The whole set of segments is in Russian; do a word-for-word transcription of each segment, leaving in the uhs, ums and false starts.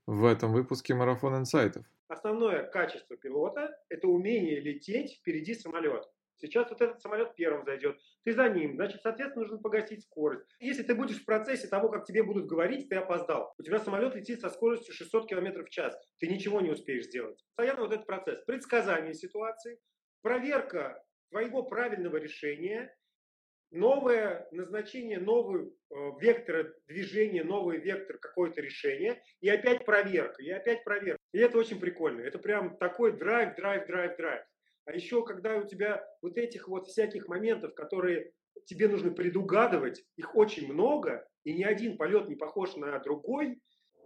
в этом выпуске «Марафон инсайтов». Основное качество пилота – это умение лететь впереди самолета. Сейчас вот этот самолет первым зайдет, ты за ним, значит, соответственно, нужно погасить скорость. Если ты будешь в процессе того, как тебе будут говорить, ты опоздал. У тебя самолет летит со скоростью шестьсот километров в час, ты ничего не успеешь сделать. Постоянно вот этот процесс. Предсказание ситуации, проверка твоего правильного решения, новое назначение, новый э, вектор движения, новый вектор какое-то решение, и опять проверка, и опять проверка. И это очень прикольно. Это прям такой драйв, драйв, драйв, драйв. А еще, когда у тебя вот этих вот всяких моментов, которые тебе нужно предугадывать, их очень много, и ни один полет не похож на другой.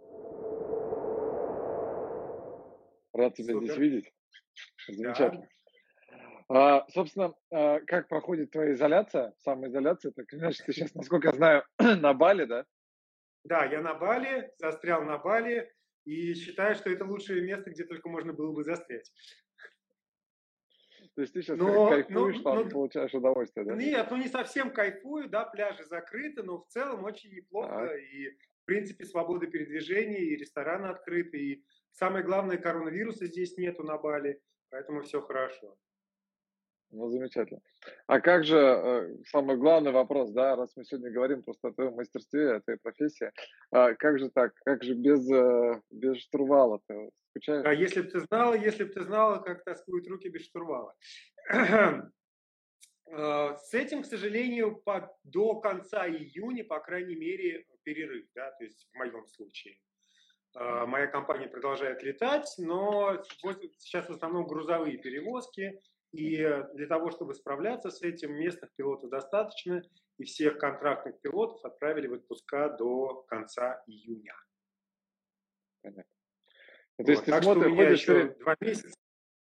Рад тебя Супер. Здесь видеть. Замечательно. Да. А, собственно, а, как проходит твоя изоляция, самоизоляция? Так, значит, ты сейчас, насколько я знаю, на Бали, да? Да, я на Бали, застрял на Бали, и считаю, что это лучшее место, где только можно было бы застрять. То есть ты сейчас но, кайфуешь, но, там но, получаешь удовольствие, да? Нет, ну не совсем кайфую, да, пляжи закрыты, но в целом очень неплохо. Так. И, в принципе, свобода передвижения, и рестораны открыты, и самое главное, коронавируса здесь нету на Бали, поэтому все хорошо. Ну, замечательно. А как же, э, самый главный вопрос, да, раз мы сегодня говорим просто о твоем мастерстве, о твоей профессии, а как же так, как же без, э, без штурвала ты скучаешь? А если бы ты знала, если бы ты знала, как тоскуют руки без штурвала. С этим, к сожалению, по, до конца июня, по крайней мере, перерыв, да, то есть в моем случае. Моя компания продолжает летать, но сейчас в основном грузовые перевозки, и для того, чтобы справляться с этим, местных пилотов достаточно, и всех контрактных пилотов отправили в отпуска до конца июня. Понятно. Вот. То есть ты так смотришь, что у меня еще два месяца.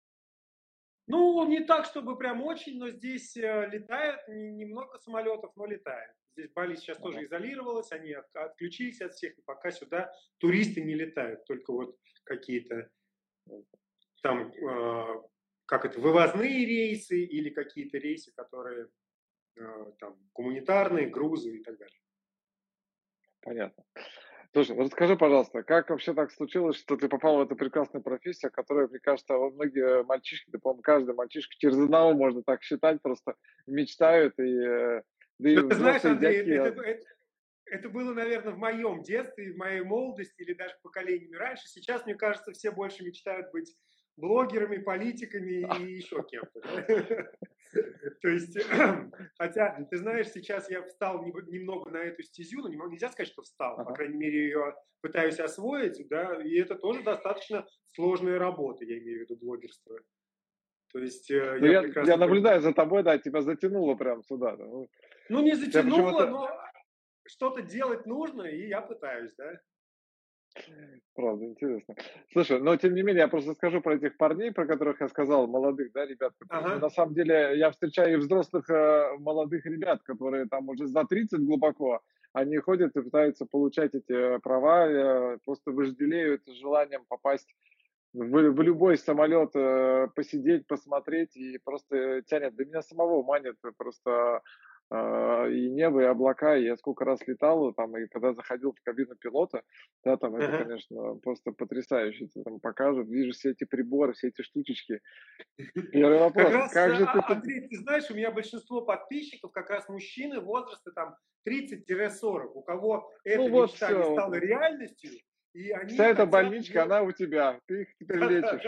Ну, не так, чтобы прям очень, но здесь летают, немного самолетов, но летают. Здесь Бали сейчас ага. тоже изолировалась, они отключились от всех, и пока сюда туристы не летают, только вот какие-то там, э, как это, вывозные рейсы или какие-то рейсы, которые э, там гуманитарные, грузы и так далее. Понятно. Слушай, расскажи, пожалуйста, как вообще так случилось, что ты попал в эту прекрасную профессию, которая, мне кажется, многие мальчишки, да, по-моему, каждый мальчишка через одного можно так считать, просто мечтают, и, да и ну, ты знаешь, Андрей, дядьки... это, это, это было, наверное, в моем детстве, в моей молодости или даже поколениями раньше. Сейчас, мне кажется, все больше мечтают быть блогерами, политиками и еще кем-то. То есть, хотя, ты знаешь, сейчас я встал немного на эту стезю, но нельзя сказать, что встал, по крайней мере, ее пытаюсь освоить, да, и это тоже достаточно сложная работа, я имею в виду блогерство. То есть, я, я, я наблюдаю за тобой, да, тебя затянуло прям сюда. Да. Ну, не затянуло, но что-то делать нужно, и я пытаюсь, да. Правда, интересно. Слушай, но тем не менее, я просто скажу про этих парней, про которых я сказал, молодых, да, ребят. Ага. Ну, на самом деле, я встречаю и взрослых э, молодых ребят, которые там уже за тридцать глубоко, они ходят и пытаются получать эти права, э, просто вожделеют желанием попасть в, в любой самолет, э, посидеть, посмотреть, и просто тянет. Да меня самого манит просто э, и небо, и облака. И я сколько раз летал, там, и когда заходил в кабину пилота, да, там это, uh-huh. конечно, просто потрясающе. Ты там покажут, вижу все эти приборы, все эти штучечки. Первый вопрос. Как раз, как же ты... Андрей, ты знаешь, у меня большинство подписчиков как раз мужчины возраста там тридцать сорок, у кого эта ну, вот мечта все. Не стала реальностью. И они вся эта больничка, ее... она у тебя, ты их теперь лечишь.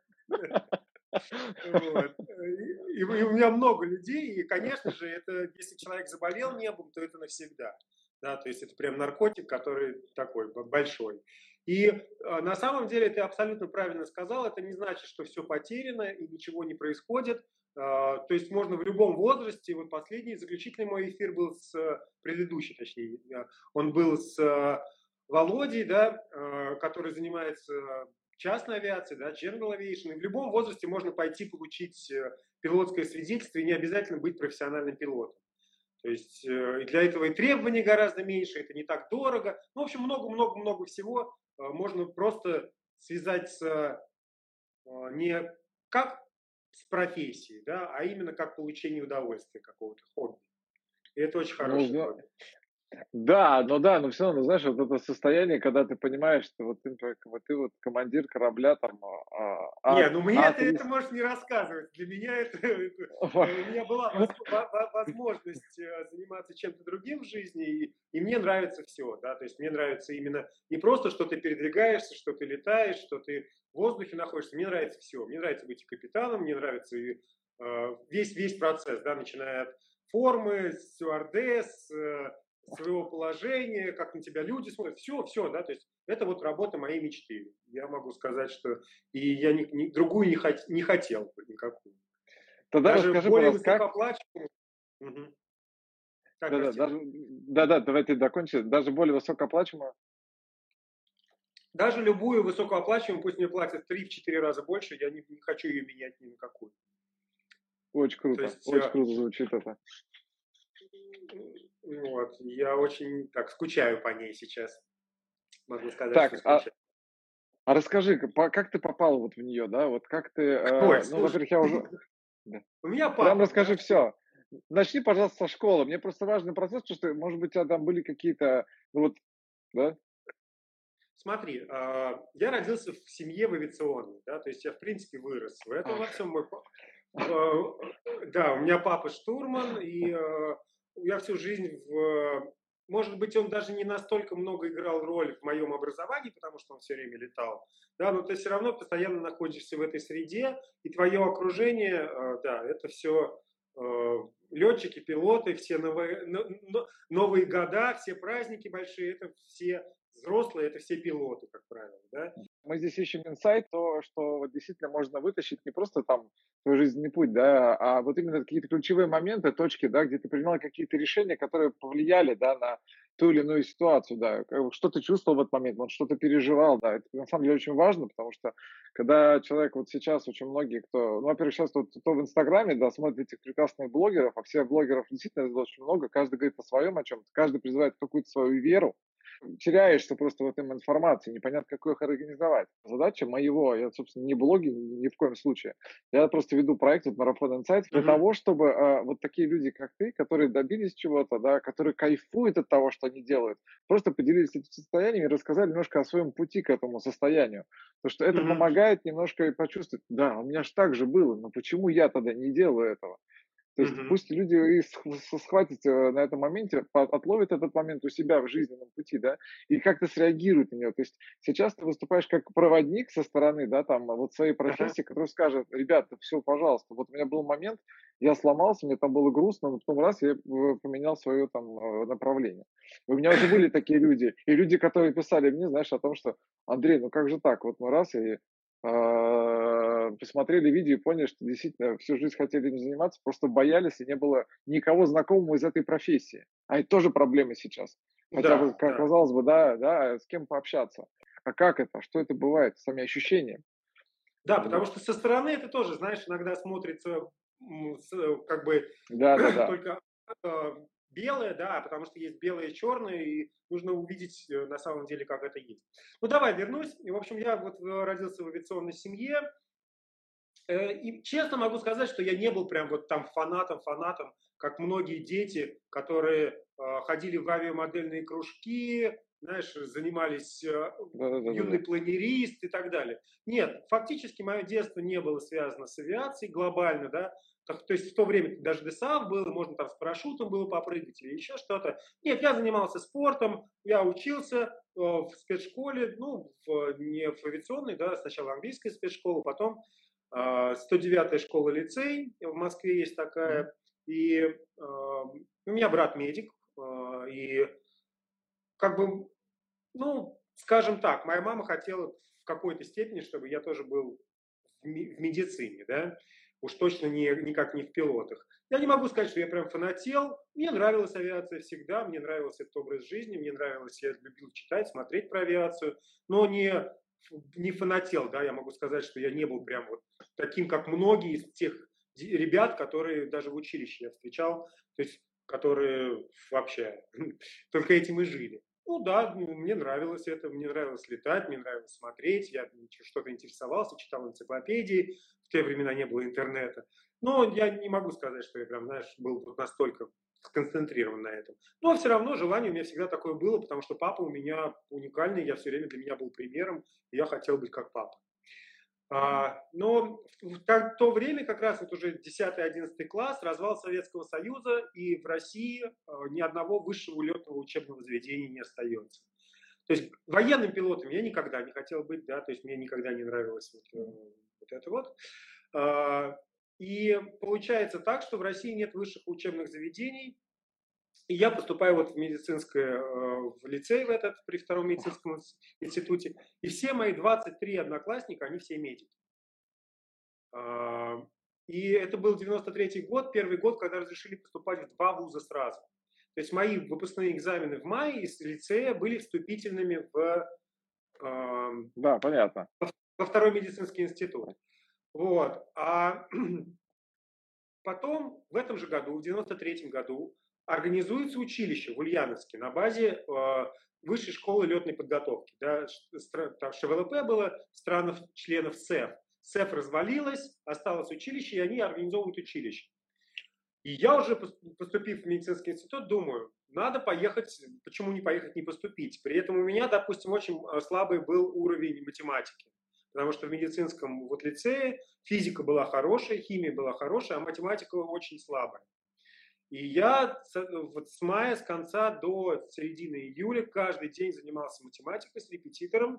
Вот. И, и у меня много людей, и, конечно же, это, если человек заболел небом, то это навсегда. Да, то есть это прям наркотик, который такой большой. И а, на самом деле ты абсолютно правильно сказал, это не значит, что все потеряно и ничего не происходит. А, то есть можно в любом возрасте, вот последний, заключительный мой эфир был с, предыдущий точнее, он был с Володей, да, который занимается частной авиацией, да, General Aviation. И в любом возрасте можно пойти получить пилотское свидетельство и не обязательно быть профессиональным пилотом. То есть и для этого и требований гораздо меньше, это не так дорого. Ну, в общем, много-много-много всего можно просто связать с, не как с профессией, да, а именно как получение удовольствия какого-то хобби. И это очень хорошее ну, хобби. Да, ну да, но все равно, знаешь, вот это состояние, когда ты понимаешь, что вот ты, как вот ты вот командир корабля там, а, Не, А, ну мне ты это А300. можешь не рассказывать. Для меня это, это э, у меня была воз- во- во- возможность э, заниматься чем-то другим в жизни, и, и мне нравится все, да, то есть мне нравится именно не просто, что ты передвигаешься, что ты летаешь, что ты в воздухе находишься, мне нравится все. Мне нравится быть и капитаном, мне нравится и, э, весь, весь процесс, да, начиная от формы, стюардесс, э, своего положения, как на тебя люди смотрят, все, все, да, то есть это вот работа моей мечты. Я могу сказать, что и я ни, ни- другую не, хот, не хотел бы никакую. Тогда Даже расскажи, более пожалуйста, как... высокооплачиваемую. Мгм. Так, Да-да, прости. даже... Да-да, давайте докончим. Даже более высокооплачиваемую. Даже любую высокооплачиваемую, пусть мне платят в три-четыре раза больше, я не, не хочу ее менять ни на какую. Очень То круто, есть, очень э, круто звучит это. вот, я очень так скучаю по ней сейчас. Могу сказать, что Так, а, скучаю. а расскажи, как по- как ты попал вот в нее, да? Вот как ты... Ой, э, ну, слушай, во-первых, я уже... Да. у меня Прям папа, да, расскажи все. Начни, пожалуйста, со школы. Мне просто важный процесс, потому что, может быть, у тебя там были какие-то... Ну вот, да? смотри, а, я родился в семье в авиационной, да, то есть я, в принципе, вырос в этом во Ах. всем. Мой, па- э, да, у меня папа штурман, и э, я всю жизнь в... Может быть, он даже не настолько много играл роль в моем образовании, потому что он все время летал, да, но ты все равно постоянно находишься в этой среде, и твое окружение, э, да, это все летчики, пилоты, все новые, но- но- новые года, все праздники большие, это все взрослые, это все пилоты, как правило, да. Мы здесь ищем инсайт, то, что вот действительно можно вытащить не просто там твой жизненный путь, да, а вот именно какие-то ключевые моменты, точки, да, где ты принимал какие-то решения, которые повлияли, да, на ту или иную ситуацию, да, Как бы что ты чувствовал в этот момент, вот что ты переживал, да, это на самом деле очень важно, потому что когда человек вот сейчас очень многие, кто, ну, во-первых, сейчас вот кто в Инстаграме, да, смотрит этих прекрасных блогеров, а все блогеров действительно очень много, каждый говорит о своем, о чем-то, каждый призывает какую-то свою веру, теряешься просто в этом информации, непонятно, как их организовать. Задача моего, я, собственно, не блоги ни в коем случае, я просто веду проект вот, Марафон Insight для Мгм. того, чтобы э, вот такие люди, как ты, которые добились чего-то, да, которые кайфуют от того, что они делают, просто поделились этим состоянием и рассказали немножко о своем пути к этому состоянию. Потому что это Мгм. помогает немножко и почувствовать, да, у меня же так же было, но почему я тогда не делаю этого? То есть Мгм. пусть люди и сх- с- схватят э, на этом моменте, по- отловят этот момент у себя в жизненном пути, да, и как-то среагируют на него. То есть сейчас ты выступаешь как проводник со стороны, да, там, вот своей Ага. профессии, который скажет, ребята, все, пожалуйста, вот у меня был момент, я сломался, мне там было грустно, но потом раз я э, поменял свое там э, направление. У меня уже были такие люди, и люди, которые писали мне, знаешь, о том, что, Андрей, ну как же так, вот мы раз и а, посмотрели видео и поняли, что действительно всю жизнь хотели этим заниматься, просто боялись, и не было никого знакомого из этой профессии. А это тоже проблема сейчас. Хотя бы, Да, как да. казалось бы, да, да, с кем пообщаться. А как это? Что это бывает? Сами ощущения. Да, Вот. потому что со стороны это тоже, знаешь, иногда смотрится м, с, э, как бы Да, да, да. только э, белое, да, потому что есть белое и черное, и нужно увидеть э, на самом деле, как это есть. Ну, давай вернусь. И, в общем, я вот э, родился в авиационной семье, э, и честно могу сказать, что я не был прям вот там фанатом-фанатом, как многие дети, которые э, ходили в авиамодельные кружки, знаешь, занимались э, Да, да, да, да, юный да. планерист и так далее. Нет, фактически мое детство не было связано с авиацией глобально, да, то, то есть в то время даже ДесАФ было, можно там с парашютом было попрыгать или еще что-то. Нет, я занимался спортом, я учился э, в спецшколе, ну, в, не в авиационной, да, сначала английская спецшкола, потом э, сто девятая школа-лицей, в Москве есть Мгм. такая, и э, у меня брат медик, э, и как бы, ну, скажем так, моя мама хотела в какой-то степени, чтобы я тоже был в, ми- в медицине, да, уж точно не, никак не в пилотах. Я не могу сказать, что я прям фанател, мне нравилась авиация всегда, мне нравился этот образ жизни, мне нравилось, я любил читать, смотреть про авиацию, но не, не фанател, да, я могу сказать, что я не был прям вот таким, как многие из тех ребят, которые даже в училище я встречал, то есть которые вообще только этим и жили. Ну да, ну, мне нравилось это, мне нравилось летать, мне нравилось смотреть, я что-то интересовался, читал энциклопедии, в те времена не было интернета. Но я не могу сказать, что я прям, знаешь, был вот настолько сконцентрирован на этом. Но все равно желание у меня всегда такое было, потому что папа у меня уникальный, я все время для меня был примером, и я хотел быть как папа. А, но в то время, как раз вот уже десятый-одиннадцатый класс, развал Советского Союза, и в России а, ни одного высшего летного учебного заведения не остается. То есть военным пилотом я никогда не хотел быть, да, то есть мне никогда не нравилось вот, вот это вот. А, и получается так, что в России нет высших учебных заведений. И я поступаю вот в медицинское, в лицей в этот, при втором медицинском институте. И все мои двадцать три одноклассника, они все медики. И это был девяносто третий год, первый год, когда разрешили поступать в два вуза сразу. То есть мои выпускные экзамены в мае из лицея были вступительными в, да, понятно. во второй медицинский институт. Вот. А потом, в этом же году, в девяносто третьем году, организуется училище в Ульяновске на базе э, Высшей школы летной подготовки. Да, ШВЛП было странов-членов СЭФ. СЭФ развалилась, осталось училище, и они организовывают училище. И я уже, поступив в медицинский институт, думаю, надо поехать, почему не поехать, не поступить. При этом у меня, допустим, очень слабый был уровень математики. Потому что в медицинском вот лицее физика была хорошая, химия была хорошая, а математика очень слабая. И я вот с мая, с конца до середины июля каждый день занимался математикой с репетитором.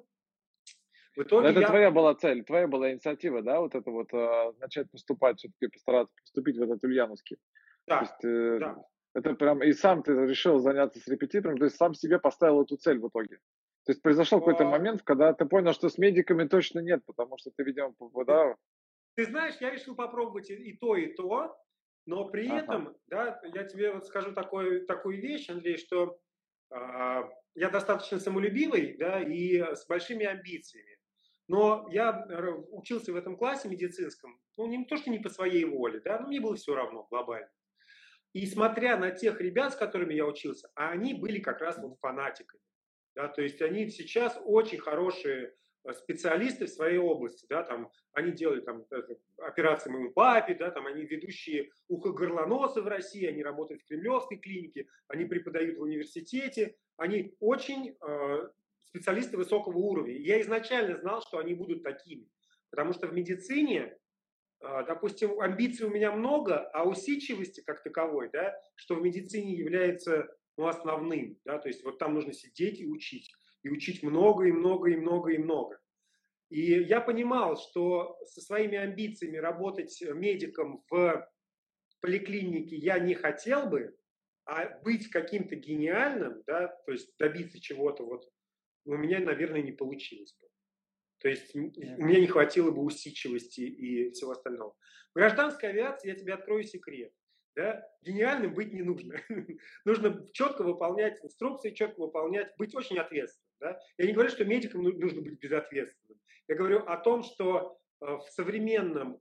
В итоге это я... твоя была цель, твоя была инициатива, да, вот это вот э, начать поступать, все-таки постараться поступить в этот Ульяновский. Да, то есть, э, да. Это прям, и сам ты решил заняться с репетитором, то есть сам себе поставил эту цель в итоге. То есть произошел какой-то момент, когда ты понял, что с медиками точно нет, потому что ты, видимо, да... Ты знаешь, я решил попробовать и то, и то, но при ага. этом, да, я тебе вот скажу такой, такую вещь, Андрей, что э, я достаточно самолюбивый, да, и с большими амбициями. Но я учился в этом классе медицинском, ну, не то, что не по своей воле, да, но мне было все равно глобально. И смотря на тех ребят, с которыми я учился, а они были как раз вот фанатиками. Да, то есть они сейчас очень хорошие специалисты в своей области, да, там, они делали там, операции моему папе, да, там, они ведущие ухо-горлоносы в России, они работают в Кремлевской клинике, они преподают в университете, они очень э, специалисты высокого уровня. Я изначально знал, что они будут такими, потому что в медицине, э, допустим, амбиций у меня много, а усидчивости как таковой, да, что в медицине является ну, основным, да, то есть вот там нужно сидеть и учить. И учить много, и много, и много, и много. И я понимал, что со своими амбициями работать медиком в поликлинике я не хотел бы, а быть каким-то гениальным, да, то есть добиться чего-то, вот, у меня, наверное, не получилось бы. То есть у меня не хватило бы усидчивости и всего остального. В гражданской авиации, я тебе открою секрет. Да, гениальным быть не нужно. Нужно четко выполнять инструкции, четко выполнять, быть очень ответственным. Да? Я не говорю, что медикам нужно быть безответственным. Я говорю о том, что в современном,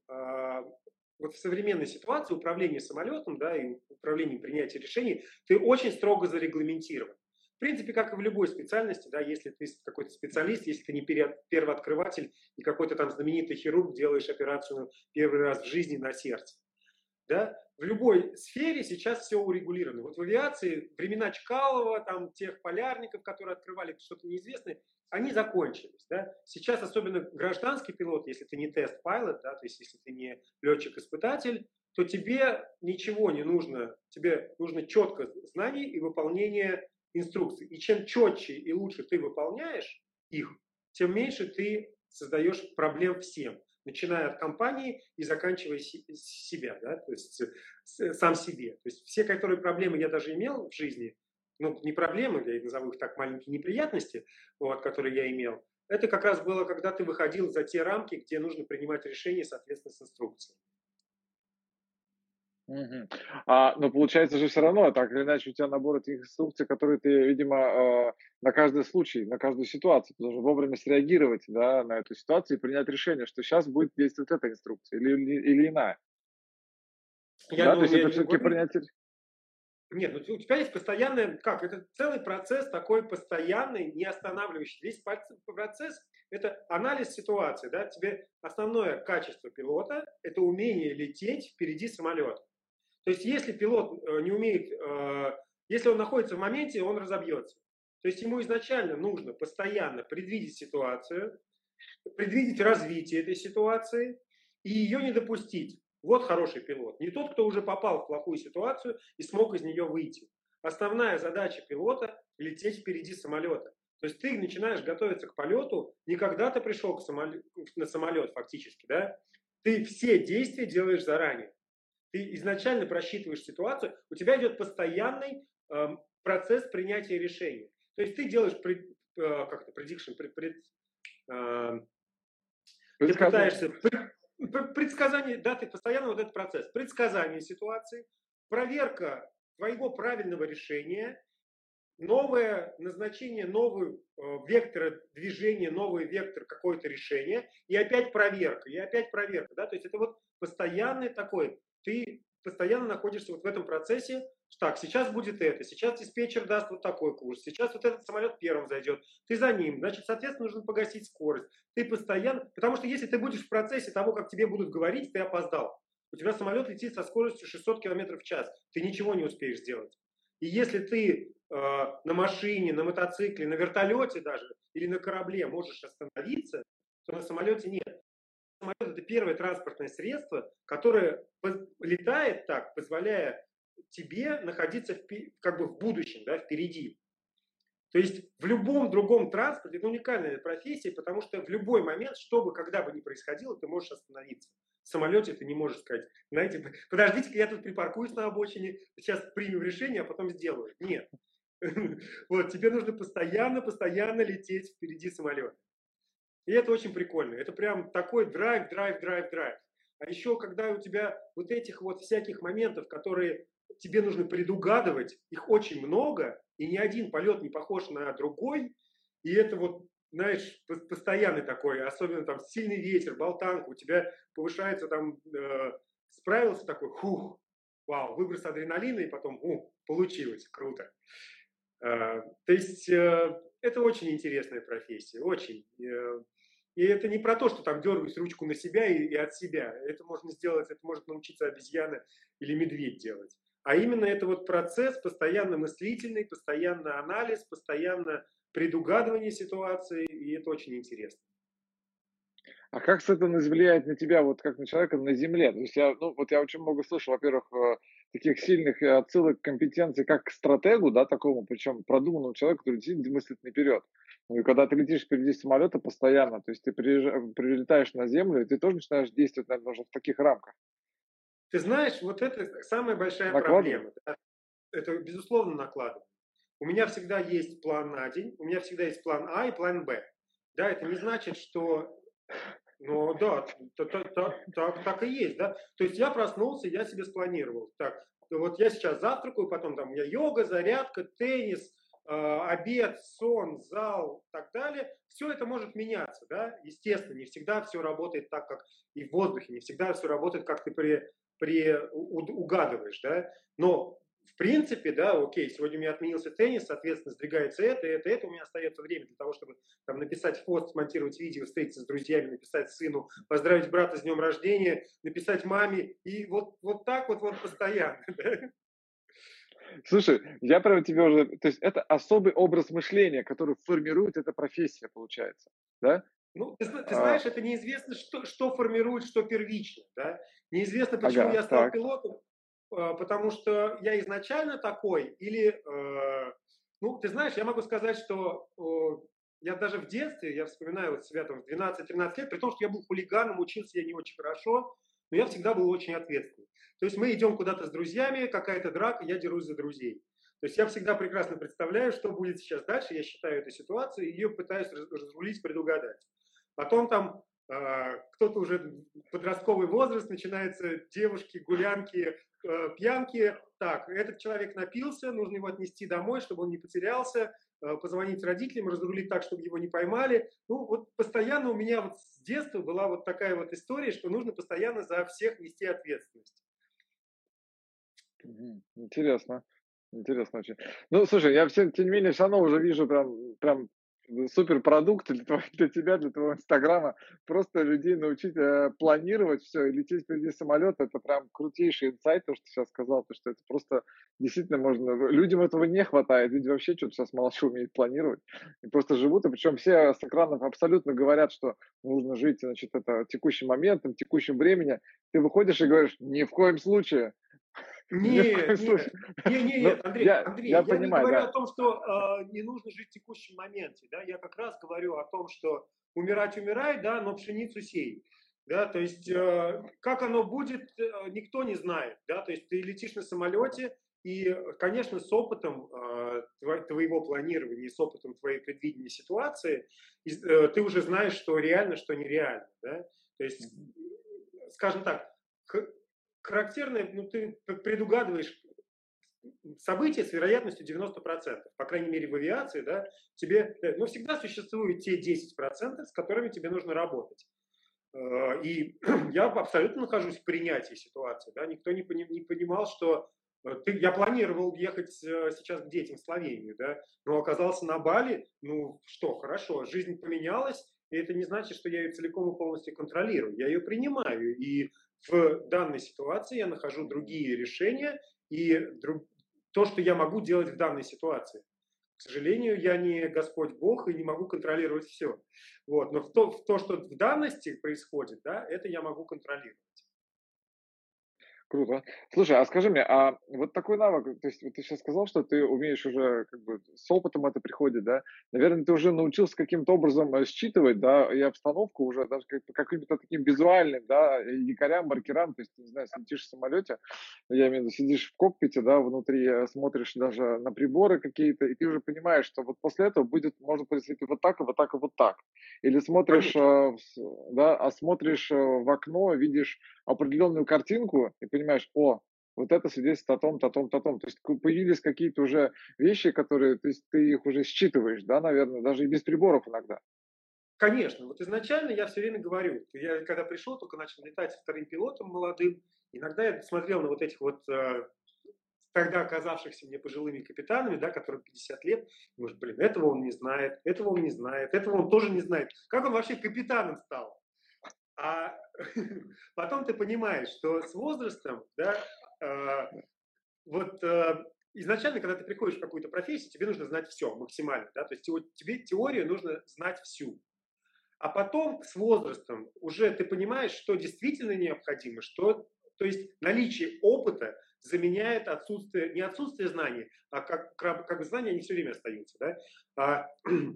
вот в современной ситуации управление самолетом, да, и управление принятием решений, ты очень строго зарегламентирован. В принципе, как и в любой специальности, да, если ты какой-то специалист, если ты не первооткрыватель и какой-то там знаменитый хирург, делаешь операцию первый раз в жизни на сердце. Да? В любой сфере сейчас все урегулировано. Вот в авиации времена Чкалова, там, тех полярников, которые открывали что-то неизвестное, они закончились. Да? Сейчас особенно гражданский пилот, если ты не тест-пайлот, да, то есть если ты не летчик-испытатель, то тебе ничего не нужно. Тебе нужно четко знание и выполнение инструкций. И чем четче и лучше ты выполняешь их, тем меньше ты создаешь проблем всем. Начиная от компании и заканчивая себя, да, то есть сам себе. То есть все, которые проблемы я даже имел в жизни, ну, не проблемы, я назову их так, маленькие неприятности, вот, которые я имел, это как раз было, когда ты выходил за те рамки, где нужно принимать решения соответственно с инструкцией. Угу. А, но получается же все равно, так или иначе, у тебя набор этих инструкций, которые ты, видимо, э, на каждый случай, на каждую ситуацию, ты должен вовремя среагировать, да, на эту ситуацию и принять решение, что сейчас будет действовать эта инструкция или, или, или иная. Я да, думаю, то есть это не все-таки принятие... Нет, ну у тебя есть постоянный, как, это целый процесс такой постоянный, не останавливающий. Весь процесс – это анализ ситуации, да, тебе основное качество пилота – это умение лететь впереди самолета. То есть если пилот э, не умеет, э, если он находится в моменте, он разобьется. То есть ему изначально нужно постоянно предвидеть ситуацию, предвидеть развитие этой ситуации и ее не допустить. Вот хороший пилот. Не тот, кто уже попал в плохую ситуацию и смог из нее выйти. Основная задача пилота – лететь впереди самолета. То есть ты начинаешь готовиться к полету, не когда ты пришел к самолет, на самолет фактически, да? Ты все действия делаешь заранее. Ты изначально просчитываешь ситуацию, у тебя идет постоянный э, процесс принятия решения. То есть ты делаешь пред, э, как это, prediction, пред, пред, э, ты пытаешься предсказание, да, ты постоянно вот этот процесс, предсказание ситуации, проверка твоего правильного решения, новое назначение, новый э, вектор движения, новый вектор какое-то решение, и опять проверка, и опять проверка, да, то есть это вот постоянный такой, ты постоянно находишься вот в этом процессе, так, сейчас будет это, сейчас диспетчер даст вот такой курс, сейчас вот этот самолет первым зайдет, ты за ним, значит, соответственно, нужно погасить скорость, ты постоянно, потому что если ты будешь в процессе того, как тебе будут говорить, ты опоздал, у тебя самолет летит со скоростью шестьсот километров в час, ты ничего не успеешь сделать. И если ты э, на машине, на мотоцикле, на вертолете даже или на корабле можешь остановиться, то на самолете нет. Самолет – это первое транспортное средство, которое летает так, позволяя тебе находиться в, как бы в будущем, да, впереди. То есть в любом другом транспорте это уникальная профессия, потому что в любой момент, что бы, когда бы ни происходило, ты можешь остановиться. В самолете ты не можешь сказать, знаете, подождите-ка, я тут припаркуюсь на обочине, сейчас примем решение, а потом сделаю. Нет. Вот, тебе нужно постоянно, постоянно лететь впереди самолета. И это очень прикольно. Это прям такой драйв, драйв, драйв, драйв. А еще, когда у тебя вот этих вот всяких моментов, которые тебе нужно предугадывать, их очень много, и ни один полет не похож на другой, и это вот, знаешь, постоянный такой, особенно там сильный ветер, болтанка, у тебя повышается там, э, справился такой, хух, вау, выброс адреналина, и потом, у, получилось, круто. Э, то есть э, это очень интересная профессия, очень. Э, и это не про то, что там дергать ручку на себя и, и от себя. Это можно сделать, это может научиться обезьяна или медведь делать. А именно это вот процесс постоянно мыслительный, постоянно анализ, постоянно предугадывание ситуации, и это очень интересно. А как это влияет на тебя, вот как на человека на земле? То есть я, ну, вот я очень много слышал, во-первых, таких сильных отсылок к компетенции, как к стратегу, да, такому, причем продуманному человеку, который действительно мыслит наперед. Ну и когда ты летишь впереди самолета постоянно, то есть ты приезжаешь, прилетаешь на землю, и ты тоже начинаешь действовать, наверное, уже в таких рамках. Ты знаешь, вот это самая большая проблема. Это, безусловно, накладывает. У меня всегда есть план на день, у меня всегда есть план А и план Б. Да, это не значит, что... Ну да, так, так, так, так и есть, да. То есть я проснулся, я себе спланировал. Так, вот я сейчас завтракаю, потом там у меня йога, зарядка, теннис, э, обед, сон, зал и так далее. Все это может меняться, да. Естественно, не всегда все работает так, как и в воздухе, не всегда все работает, как ты при, при, у, угадываешь, да. Но в принципе, да, окей, сегодня у меня отменился теннис, соответственно, сдвигается это, это, это, у меня остается время для того, чтобы там написать пост, смонтировать видео, встретиться с друзьями, написать сыну, поздравить брата с днем рождения, написать маме, и вот, вот так вот, вот постоянно, да? Слушай, я прям тебе уже, то есть это особый образ мышления, который формирует эта профессия, получается, да? Ну, ты, ты знаешь, а... это неизвестно, что, что формирует, что первично, да? Неизвестно, почему ага, я стал так. пилотом, потому что я изначально такой, или, э, ну, ты знаешь, я могу сказать, что э, я даже в детстве, я вспоминаю вот себя там в двенадцать-тринадцать лет, при том, что я был хулиганом, учился я не очень хорошо, но я всегда был очень ответственный. То есть мы идем куда-то с друзьями, какая-то драка, я дерусь за друзей. То есть я всегда прекрасно представляю, что будет сейчас дальше, я считаю эту ситуацию, и ее пытаюсь разрулить, предугадать. Потом там э, кто-то уже подростковый возраст, начинаются девушки, гулянки, э, пьянки. Так, этот человек напился, нужно его отнести домой, чтобы он не потерялся, э, позвонить родителям, разрулить так, чтобы его не поймали. Ну, вот постоянно у меня вот с детства была вот такая вот история, что нужно постоянно за всех нести ответственность. Интересно. Интересно очень. Ну, слушай, я все, тем не менее, все равно уже вижу прям, прям суперпродукт для, твоего, для тебя, для твоего инстаграма. Просто людей научить э, планировать все и лететь впереди самолета. Это прям крутейший инсайт, то, что ты сейчас сказал, то, что это просто действительно можно... Людям этого не хватает, люди вообще что-то сейчас мало чего умеют планировать. И просто живут, и причем все с экранов абсолютно говорят, что нужно жить, значит, это текущим моментом, текущим временем. Ты выходишь и говоришь, ни в коем случае. Нет, нет, нет, нет, нет, Андрей, я, Андрей, я, я не понимаю, говорю да. о том, что э, не нужно жить в текущем моменте, да, я как раз говорю о том, что умирать умирай, да, но пшеницу сей, да, то есть э, как оно будет, э, никто не знает, да, то есть ты летишь на самолете, и, конечно, с опытом э, твоего планирования, с опытом твоей предвидения ситуации, э, ты уже знаешь, что реально, что нереально, да, то есть, скажем так, характерное, ну, ты предугадываешь события с вероятностью девяносто процентов, по крайней мере в авиации, да, тебе, но всегда существуют те десять процентов, с которыми тебе нужно работать. И я абсолютно нахожусь в принятии ситуации, да, никто не, пони, не понимал, что ты, я планировал ехать сейчас к детям в Словению, да, но оказался на Бали, ну что, хорошо, жизнь поменялась, и это не значит, что я ее целиком и полностью контролирую, я ее принимаю, и в данной ситуации я нахожу другие решения и друг... то, что я могу делать в данной ситуации. К сожалению, я не Господь Бог и не могу контролировать все. Вот. Но в то, в то, что в данности происходит, да, это я могу контролировать. Круто. Слушай, а скажи мне, а вот такой навык, то есть вот ты сейчас сказал, что ты умеешь уже, как бы, с опытом это приходит, да? Наверное, ты уже научился каким-то образом э, считывать, да, и обстановку уже даже как, каким-то таким визуальным, да, и якорям, маркерам, то есть, ты, не знаю, летишь в самолете, я имею в виду, сидишь в кокпите, да, внутри э, смотришь даже на приборы какие-то, и ты уже понимаешь, что вот после этого будет, можно происходить вот так, и вот так, и вот так. Или смотришь, э, да, а смотришь э, в окно, видишь определенную картинку и понимаешь, о, вот это свидетельствует о том-то, о том-то, о том. То есть появились какие-то уже вещи, которые, то есть ты их уже считываешь, да, наверное, даже и без приборов иногда. Конечно, вот изначально я все время говорю, я когда пришел, только начал летать вторым пилотом молодым, иногда я смотрел на вот этих вот э, тогда оказавшихся мне пожилыми капитанами, да, которым пятьдесят лет, может, блин, этого он не знает, этого он не знает, этого он тоже не знает. Как он вообще капитаном стал? А потом ты понимаешь, что с возрастом, да, э, вот э, изначально, когда ты приходишь в какую-то профессию, тебе нужно знать все максимально, да, то есть тебе теорию нужно знать всю. А потом с возрастом уже ты понимаешь, что действительно необходимо, что, то есть наличие опыта заменяет отсутствие, не отсутствие знаний, а как, как бы знания они все время остаются, да, а,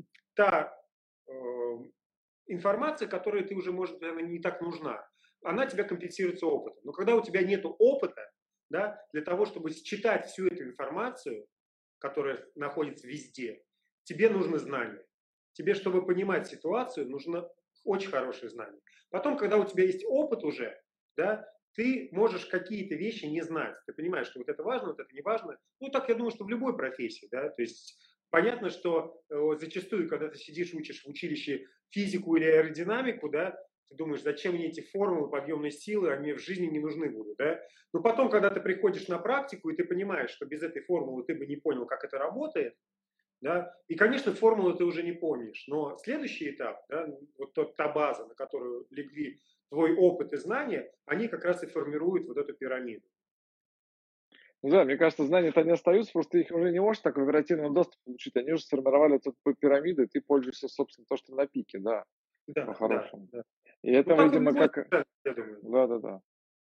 та э, информация, которая ты уже, может, наверное, не так нужна, она тебя компенсируется опытом. Но когда у тебя нет опыта, да, для того, чтобы считать всю эту информацию, которая находится везде, тебе нужно знание. Тебе, чтобы понимать ситуацию, нужно очень хорошее знание. Потом, когда у тебя есть опыт уже, да, ты можешь какие-то вещи не знать. Ты понимаешь, что вот это важно, вот это не важно. Ну, так я думаю, что в любой профессии, да, то есть понятно, что э, зачастую, когда ты сидишь, учишь в училище физику или аэродинамику, да, ты думаешь, зачем мне эти формулы подъемной силы, они в жизни не нужны будут, да. Но потом, когда ты приходишь на практику, и ты понимаешь, что без этой формулы ты бы не понял, как это работает, да, и, конечно, формулу ты уже не помнишь, но следующий этап, да, вот тот, та база, на которую легли твой опыт и знания, они как раз и формируют вот эту пирамиду. Ну да, мне кажется, знания-то не остаются, просто их уже не можешь так в оперативном доступе получить. Они уже сформировали эту пирамиду, и ты пользуешься, собственно, то, что на пике, да, Да, по-хорошему. да, да. И это, Ну, видимо, любой, как... я думаю. Да-да-да.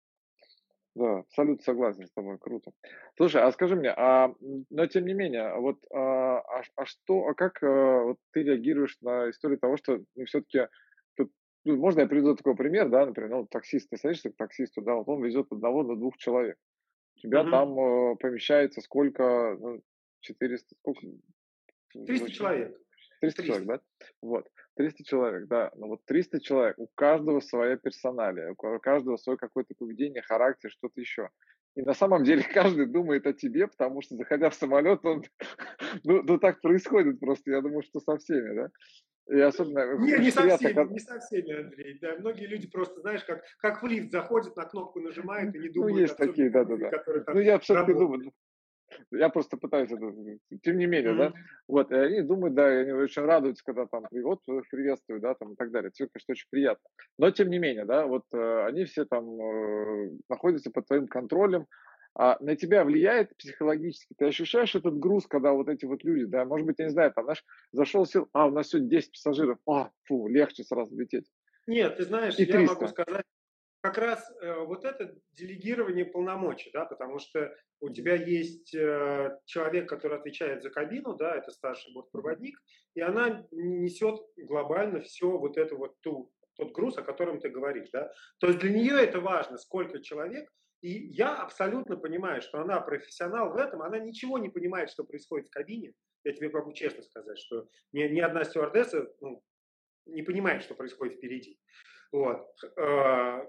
Да, абсолютно согласен с тобой, круто. Слушай, а скажи мне, а, но тем не менее, вот, а, а, а что, а как а, вот ты реагируешь на историю того, что ну, все-таки, тут, ну, можно я приведу такой пример, да, например, ну, таксист, ты садишься к таксисту, да, вот он везет одного до двух человек, у тебя Угу. там э, помещается сколько, ну, четыреста, сколько? триста человек. триста человек, да? Вот, триста человек, да. Но вот триста человек, у каждого своя персоналия, у каждого свое какое-то поведение, характер, что-то еще. И на самом деле каждый думает о тебе, потому что, заходя в самолет, он... ну, ну, так происходит просто, я думаю, что со всеми, да? И особенно Не, не очень со приятно, всеми, как... не со всеми, Андрей. Да, многие люди просто, знаешь, как, как в лифт заходят, на кнопку нажимают и не Ну, думают есть о всем, такие, да-да-да. которые там Ну, я все-таки работают. думаю, Я просто пытаюсь это, тем не менее, да. Мгм. Вот, и они думают, да, и они очень радуются, когда там при вот их приветствуют, да, там и так далее. Всё, конечно, очень приятно. Но тем не менее, да, вот, э, они все там, э, находятся под твоим контролем. А на тебя влияет психологически? Ты ощущаешь этот груз, когда вот эти вот люди, да, может быть, я не знаю, там, знаешь, зашел, сел, а, у нас сегодня десять пассажиров, а, фу, легче сразу лететь. Нет, ты знаешь, И я могу триста. сказать, как раз э, вот это делегирование полномочий, да, потому что у Мгм. тебя есть э, человек, который отвечает за кабину, да, это старший Мгм. бортпроводник, и она несет глобально все вот это вот ту, тот груз, о котором ты говоришь, да. То есть для нее это важно, сколько человек, и я абсолютно понимаю, что она профессионал в этом, она ничего не понимает, что происходит в кабине. Я тебе могу честно сказать, что ни, ни одна стюардесса ну, не понимает, что происходит впереди. Вот. Э,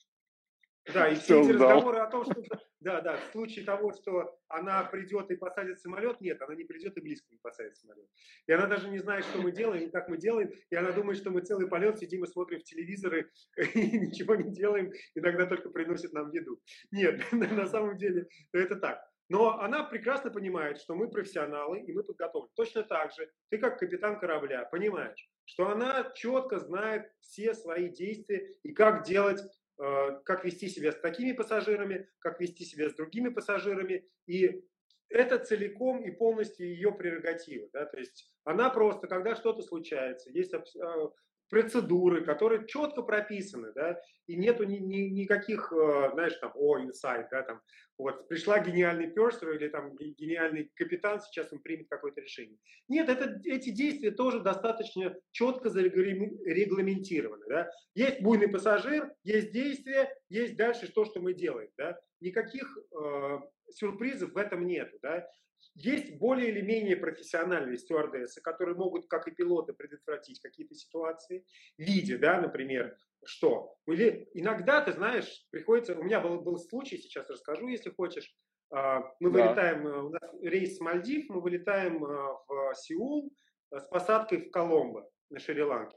Да, и все Всё эти сдал. разговоры о том, что да, да, в случае того, что она придет и посадит самолет, нет, она не придет и близко не посадит самолет. И она даже не знает, что мы делаем и как мы делаем, и она думает, что мы целый полет сидим и смотрим в телевизоры и ничего не делаем, иногда только приносит нам еду. Нет, на самом деле это так. Но она прекрасно понимает, что мы профессионалы и мы подготовлены. Точно так же ты, как капитан корабля, понимаешь, что она четко знает все свои действия и как делать э, как вести себя с такими пассажирами, как вести себя с другими пассажирами. И это целиком и полностью ее прерогатива. Да? То есть она просто, когда что-то случается, есть э, процедуры, которые четко прописаны, да, и нету ни, ни, никаких, э, знаешь, там, о, инсайт, да, там, вот, пришла гениальный персер или там гениальный капитан, сейчас он примет какое-то решение. Нет, это, эти действия тоже достаточно четко зарегламентированы, да. Есть буйный пассажир, есть действие, есть дальше то, что мы делаем, да. Никаких э, сюрпризов в этом нет, да. Есть более или менее профессиональные стюардессы, которые могут, как и пилоты, предотвратить какие-то ситуации, видя, да, например, что. Или иногда, ты знаешь, приходится, у меня был, был случай, сейчас расскажу, если хочешь, мы Да. вылетаем, у нас рейс с Мальдив, мы вылетаем в Сеул с посадкой в Коломбо на Шри-Ланке.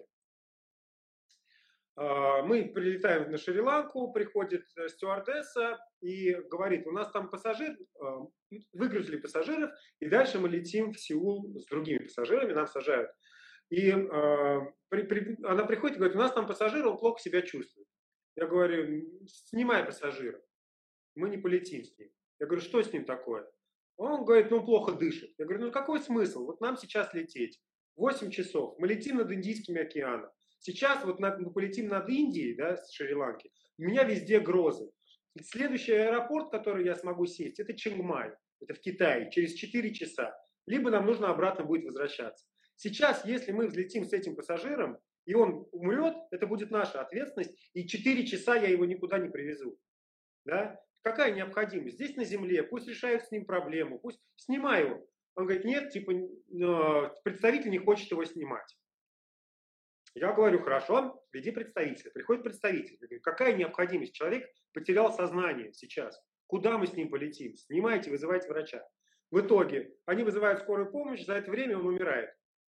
Мы прилетаем на Шри-Ланку, приходит стюардесса и говорит, у нас там пассажир, выгрузили пассажиров, и дальше мы летим в Сеул с другими пассажирами, нам сажают. И э, при, при, она приходит и говорит, у нас там пассажир, он плохо себя чувствует. Я говорю, снимай пассажира, мы не полетим с ним. Я говорю, что с ним такое? Он говорит, ну плохо дышит. Я говорю, ну какой смысл? Вот нам сейчас лететь восемь часов, мы летим над Индийским океаном. Сейчас вот над, мы полетим над Индией, да, с Шри-Ланки, у меня везде грозы. Следующий аэропорт, в который я смогу сесть, это Чангмай, это в Китае, через четыре часа. Либо нам нужно обратно будет возвращаться. Сейчас, если мы взлетим с этим пассажиром, и он умрет, это будет наша ответственность, и четыре часа я его никуда не привезу. Да? Какая необходимость? Здесь на земле, пусть решают с ним проблему, пусть снимай его. Он говорит, нет, типа, представитель не хочет его снимать. Я говорю, хорошо, веди представителя. Приходит представитель. Я говорю, какая необходимость? Человек потерял сознание сейчас. Куда мы с ним полетим? Снимайте, вызывайте врача. В итоге они вызывают скорую помощь, за это время он умирает.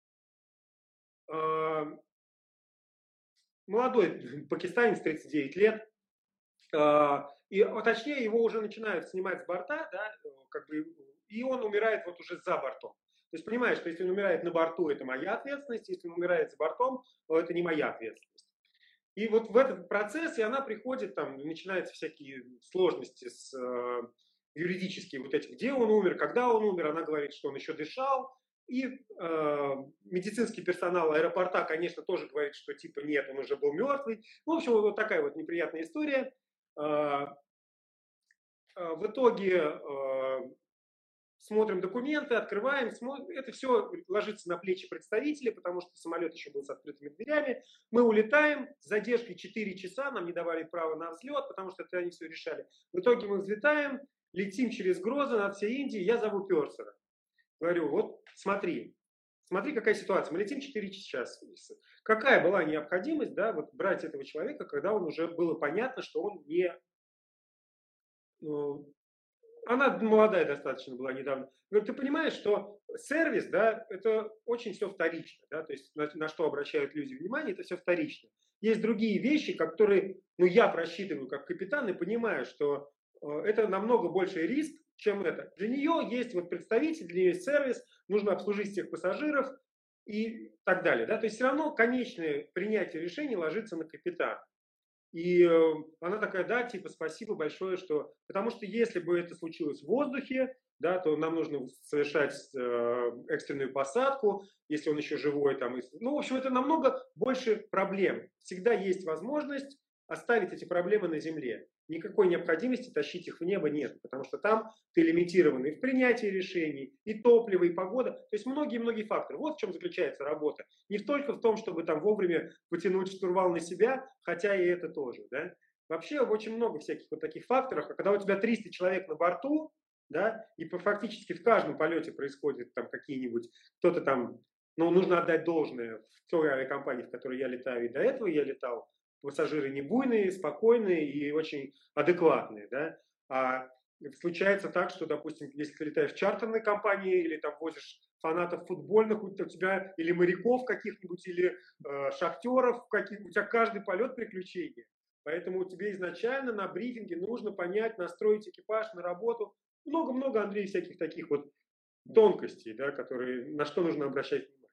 Молодой пакистанец, тридцать девять лет. И, точнее, его уже начинают снимать с борта, да, как бы, и он умирает вот уже за бортом. То есть понимаешь, что если он умирает на борту, это моя ответственность, если он умирает за бортом, то это не моя ответственность. И вот в этот процесс, и она приходит, там, начинаются всякие сложности с э, юридические, вот эти, где он умер, когда он умер, она говорит, что он еще дышал, и э, медицинский персонал аэропорта, конечно, тоже говорит, что типа нет, он уже был мертвый. В общем, вот такая вот неприятная история. Э, э, в итоге э, смотрим документы, открываем, смотрим. Это все ложится на плечи представителей, потому что самолет еще был с открытыми дверями. Мы улетаем, с задержкой четыре часа, нам не давали права на взлет, потому что это они все решали. В итоге мы взлетаем, летим через грозы над всей Индией, я зову Персера. Говорю, вот смотри, смотри, какая ситуация. Мы летим четыре часа. Какая была необходимость, да, вот брать этого человека, когда он уже было понятно, что он не... Она молодая достаточно была недавно. Говорю, ты понимаешь, что сервис, да, это очень все вторично, да, то есть на, на что обращают люди внимание, это все вторично. Есть другие вещи, которые, ну, я просчитываю как капитан и понимаю, что э, это намного больший риск, чем это. Для нее есть вот представитель, для нее есть сервис, нужно обслужить всех пассажиров и так далее. Да? То есть все равно конечное принятие решений ложится на капитана. И э, она такая, да, типа, спасибо большое, что... Потому что если бы это случилось в воздухе, да, то нам нужно совершать э, экстренную посадку, если он еще живой. Там, и... Ну, в общем, это намного больше проблем. Всегда есть возможность оставить эти проблемы на земле. Никакой необходимости тащить их в небо нет, потому что там ты лимитирован и в принятии решений, и топливо, и погода. То есть многие-многие факторы. Вот в чем заключается работа. Не только в том, чтобы там вовремя потянуть штурвал на себя, хотя и это тоже. Да? Вообще очень много всяких вот таких факторов. А когда у тебя триста человек на борту, да, и фактически в каждом полете происходит там какие-нибудь, кто-то там, ну, нужно отдать должное в той авиакомпании, в которой я летаю, и до этого я летал, пассажиры не буйные, спокойные и очень адекватные, да, а случается так, что, допустим, если ты летаешь в чартерной компании или там возишь фанатов футбольных, у тебя или моряков каких-нибудь, или э, шахтеров, каких, у тебя каждый полет приключения. Поэтому тебе изначально на брифинге нужно понять, настроить экипаж на работу. Много-много, Андрей, всяких таких вот тонкостей, да, которые, на что нужно обращать внимание.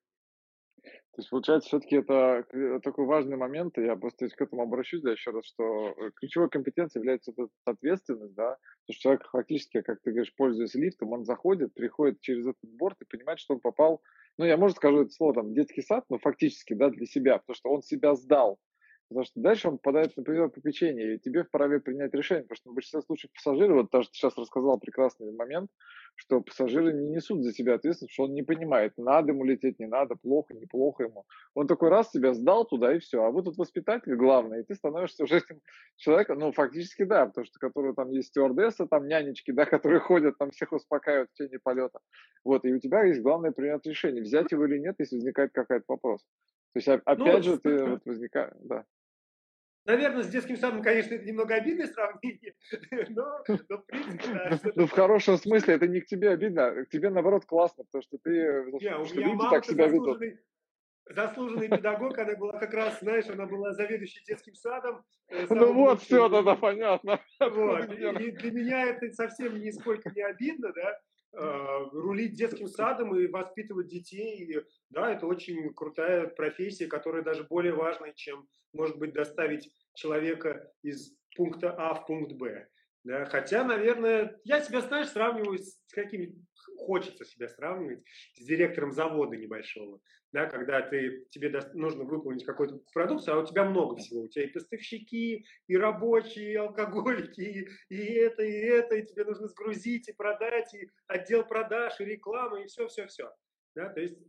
То есть, получается, все-таки это к- такой важный момент, и я просто к этому обращусь, да, еще раз, что э, ключевой компетенцией является эта ответственность, да, то, что человек фактически, как ты говоришь, пользуясь лифтом, он заходит, приходит через этот борт и понимает, что он попал, ну, я, может, скажу это слово, там, детский сад, но фактически, да, для себя, потому что он себя сдал, потому что дальше он попадает на прием попечения, и тебе вправе принять решение, потому что в большинстве случаев пассажиры, вот то, что ты сейчас рассказал, прекрасный момент, что пассажиры не несут за себя ответственность, что он не понимает, надо ему лететь, не надо, плохо, неплохо ему. Он такой раз себя сдал туда и все. А вы тут воспитатель главный, и ты становишься уже этим человеком, ну, фактически да, потому что которые там есть стюардессы, там нянечки, да, которые ходят, там всех успокаивают в течение полета. Вот, и у тебя есть главное принять решение, взять его или нет, если возникает какой-то вопрос. То есть, Ну, опять же, ты вот возникает, да. наверное, с детским садом, конечно, это немного обидное сравнение, но, но в принципе, да, Ну, что-то... в хорошем смысле, это не к тебе обидно, к тебе, наоборот, классно, потому что ты, Не, у что меня люди так мама-то себя ведут. заслуженный, заслуженный педагог, она была как раз, знаешь, она была заведующей детским садом, э, Ну самым вот, лучшим. все тогда И, понятно, откуда вот, где. и для меня это совсем нисколько не обидно, да, э, рулить детским садом и воспитывать детей, и, да, это очень крутая профессия, которая даже более важная, чем, может быть, доставить человека из пункта А в пункт Б. Да, хотя, наверное, я себя, знаешь, сравниваю с какими, хочется себя сравнивать с директором завода небольшого, да, когда ты, тебе до, нужно выполнить какую-то продукцию, а у тебя много всего, у тебя и поставщики, и рабочие, и алкоголики, и, и это, и это, и тебе нужно сгрузить, и продать, и отдел продаж, и реклама, и все-все-все. Да, то есть,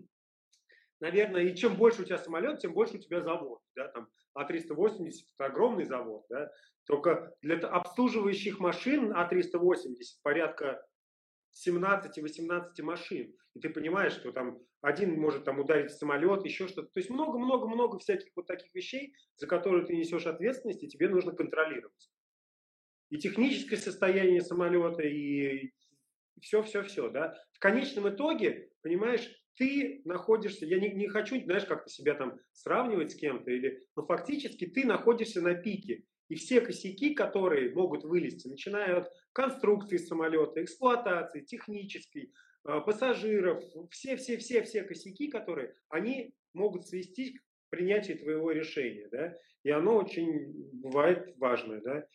наверное, и чем больше у тебя самолет, тем больше у тебя завод. Да, там А триста восемьдесят это огромный завод, да, только для обслуживающих машин А триста восемьдесят порядка семнадцать-восемнадцать машин. И ты понимаешь, что там один может там ударить в самолет, еще что-то. То есть много-много-много всяких вот таких вещей, за которые ты несешь ответственность, и тебе нужно контролировать. И техническое состояние самолета, и все-все-все. Да? В конечном итоге, понимаешь, ты находишься, я не, не хочу, знаешь, как-то себя там сравнивать с кем-то, или, но фактически ты находишься на пике. И все косяки, которые могут вылезти, начиная от конструкции самолета, эксплуатации, технической, э, пассажиров, все-все-все-все косяки, которые, они могут свести к принятию твоего решения. Да? И оно очень бывает важное. Да?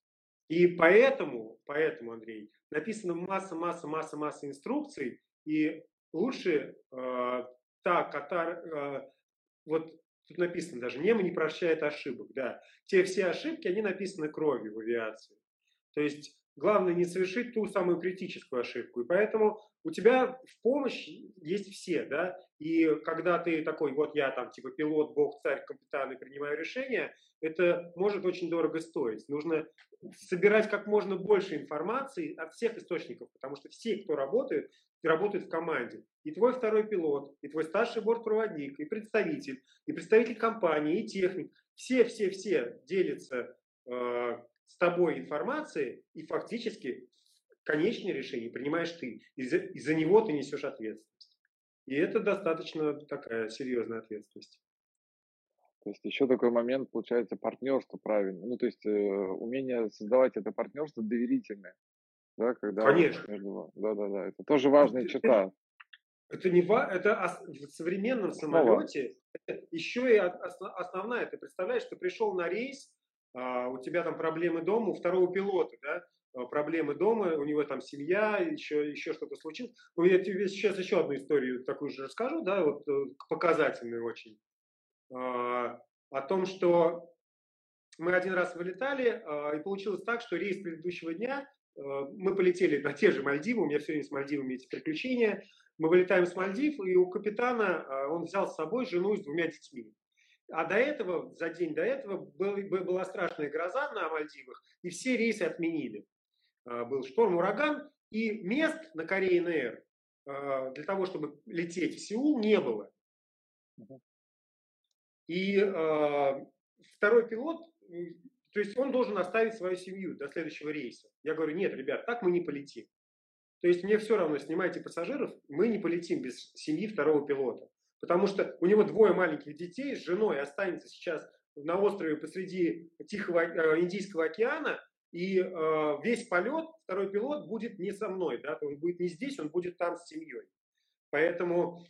И поэтому, поэтому, Андрей, написано масса-масса-масса-масса инструкций, и лучше э, та, которая, э, вот тут написано даже, небо не прощает ошибок, да. Те все ошибки, они написаны кровью в авиации. То есть главное не совершить ту самую критическую ошибку. И поэтому у тебя в помощь есть все, да. И когда ты такой, вот я там типа пилот, бог, царь, капитан и принимаю решения, это может очень дорого стоить. Нужно собирать как можно больше информации от всех источников, потому что все, кто работает, работают в команде. И твой второй пилот, и твой старший бортпроводник, и представитель, и представитель компании, и техник. Все-все-все делятся э, с тобой информацией, и фактически конечное решение принимаешь ты. И за, и за него ты несешь ответственность. И это достаточно такая серьезная ответственность. То есть еще такой момент, получается, партнерство правильно. Ну, то есть э, умение создавать это партнерство доверительное. да, когда вот Конечно. между... Да-да-да, это тоже важная черта. Это не ва- это ос- в современном Основа. самолете это еще и от- осно- основная. Ты представляешь, ты пришел на рейс, а, у тебя там проблемы дома, у второго пилота, да, а, проблемы дома, у него там семья, еще, еще что-то случилось. Ну, я тебе сейчас еще одну историю такую же расскажу, да, вот э, показательную очень. А, о том, что мы один раз вылетали, а, и получилось так, что рейс предыдущего дня, а, мы полетели на те же Мальдивы, у меня все время с Мальдивами эти приключения. Мы вылетаем с Мальдив, и у капитана а, он взял с собой жену с двумя детьми. А до этого, за день до этого, был, была страшная гроза на Мальдивах, и все рейсы отменили. А, Был шторм, ураган, и мест на Korean Air а, для того, чтобы лететь в Сеул, не было. И э, второй пилот, то есть он должен оставить свою семью до следующего рейса. Я говорю, нет, ребят, так мы не полетим. То есть мне все равно, снимайте пассажиров, мы не полетим без семьи второго пилота. Потому что у него двое маленьких детей с женой останется сейчас на острове посреди Тихого, э, Индийского океана, и э, весь полет второй пилот будет не со мной, да, он будет не здесь, он будет там с семьей. Поэтому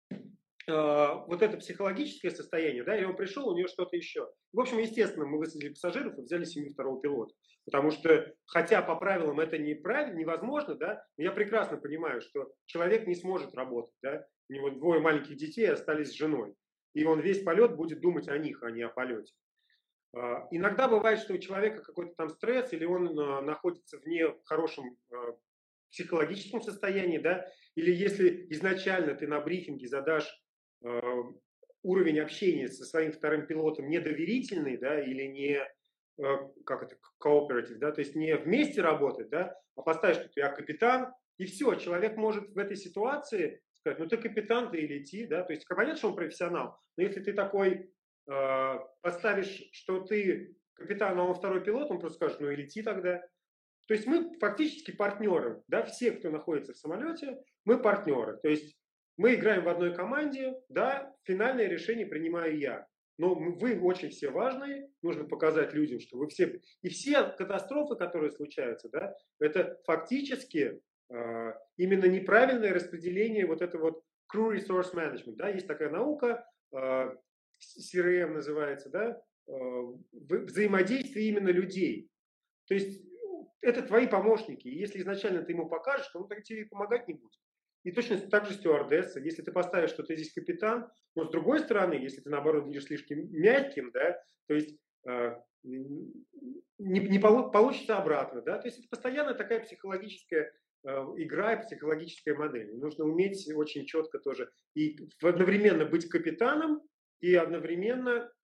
вот это психологическое состояние, да, и он пришел, у нее что-то еще. В общем, естественно, мы высадили пассажиров и взяли семью второго пилота. Потому что, хотя по правилам это неправильно, невозможно, да, но я прекрасно понимаю, что человек не сможет работать, да, у него двое маленьких детей остались с женой, и он весь полет будет думать о них, а не о полете. Иногда бывает, что у человека какой-то там стресс, или он находится в не хорошем психологическом состоянии, да, или если изначально ты на брифинге задашь уровень общения со своим вторым пилотом недоверительный, да, или не, как это, cooperative, да, то есть не вместе работать, да, а поставишь, что я капитан, и все, человек может в этой ситуации сказать, ну ты капитан, ты и лети, да, то есть понятно, что он профессионал, но если ты такой э, поставишь, что ты капитан, а он второй пилот, он просто скажет, ну и лети тогда. То есть мы фактически партнеры, да, все, кто находится в самолете, мы партнеры, то есть мы играем в одной команде, да, финальное решение принимаю я. Но вы очень все важные, нужно показать людям, что вы все... И все катастрофы, которые случаются, да, это фактически э, именно неправильное распределение вот этого вот crew resource management. Да, есть такая наука, э, си ар эм называется, да, э, взаимодействие именно людей. То есть это твои помощники. И если изначально ты ему покажешь, то он так тебе помогать не будет. И точно так же стюардесса. Если ты поставишь, что ты здесь капитан, но с другой стороны, если ты наоборот будешь слишком мягким, да, то есть э, не, не получится обратно, да, то есть это постоянно такая психологическая э, игра, психологическая модель. Нужно уметь очень четко тоже и одновременно быть капитаном и одновременно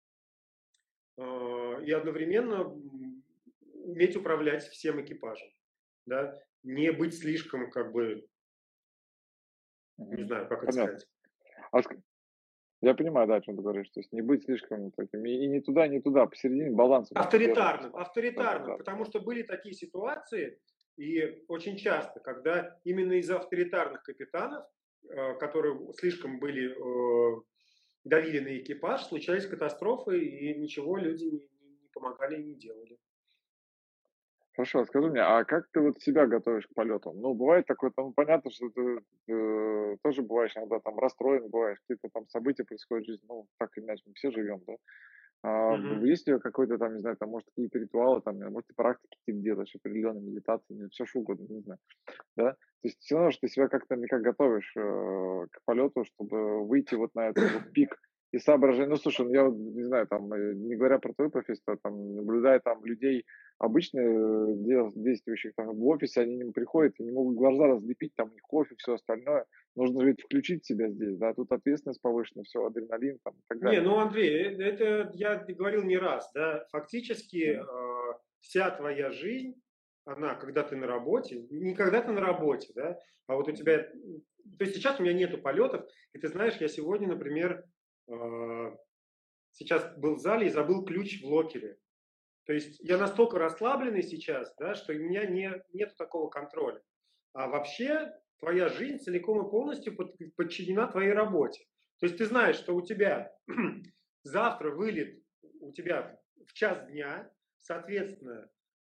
э, и одновременно уметь управлять всем экипажем, да, не быть слишком как бы не знаю, как это Понятно. сказать. А ск- Я понимаю, да, о чем ты говоришь. То есть не быть слишком таким. И, и не туда, не туда. Посередине баланс нужно Авторитарным, держать. Да, авторитарным, да, потому да. что были такие ситуации, и очень часто, когда именно из-за авторитарных капитанов, э, которые слишком были, э, давили на экипаж, случались катастрофы, и ничего люди не, не- не помогали и не делали. Хорошо, скажи мне, а как ты вот себя готовишь к полету? Ну, бывает такое, там понятно, что ты э, тоже бываешь иногда там расстроен, бываешь, какие-то там события происходят в жизни, ну, так или иначе, мы все живем, да? А, б- Мгм. есть ли какой-то там, не знаю, там, может, какие-то ритуалы, там, может, ты практики какие-то делаешь, определенные медитации, все что угодно, не знаю, да? То есть все равно, что ты себя как-то никак готовишь э, к полету, чтобы выйти вот на этот вот пик и соображение. Ну, слушай, ну, я вот не знаю, там, э, не говоря про твою профессию, а там, наблюдая там людей, обычно э, дел- действующих там в офисе, они не приходят и не могут глаза разлепить, там, и кофе, все остальное. Нужно ведь включить себя здесь, да, тут ответственность повышена, все, адреналин там и так Не, далее. ну, Андрей, э, это я говорил не раз, да, фактически Мгм. э, вся твоя жизнь, она, когда ты на работе, не когда ты на работе, да, а вот у Мгм. тебя, то есть сейчас у меня нету полетов, и ты знаешь, я сегодня, например, э, сейчас был в зале и забыл ключ в локере. То есть я настолько расслабленный сейчас, да, что у меня не, нету такого контроля. А вообще твоя жизнь целиком и полностью под- подчинена твоей работе. То есть ты знаешь, что у тебя завтра вылет у тебя в час дня, соответственно,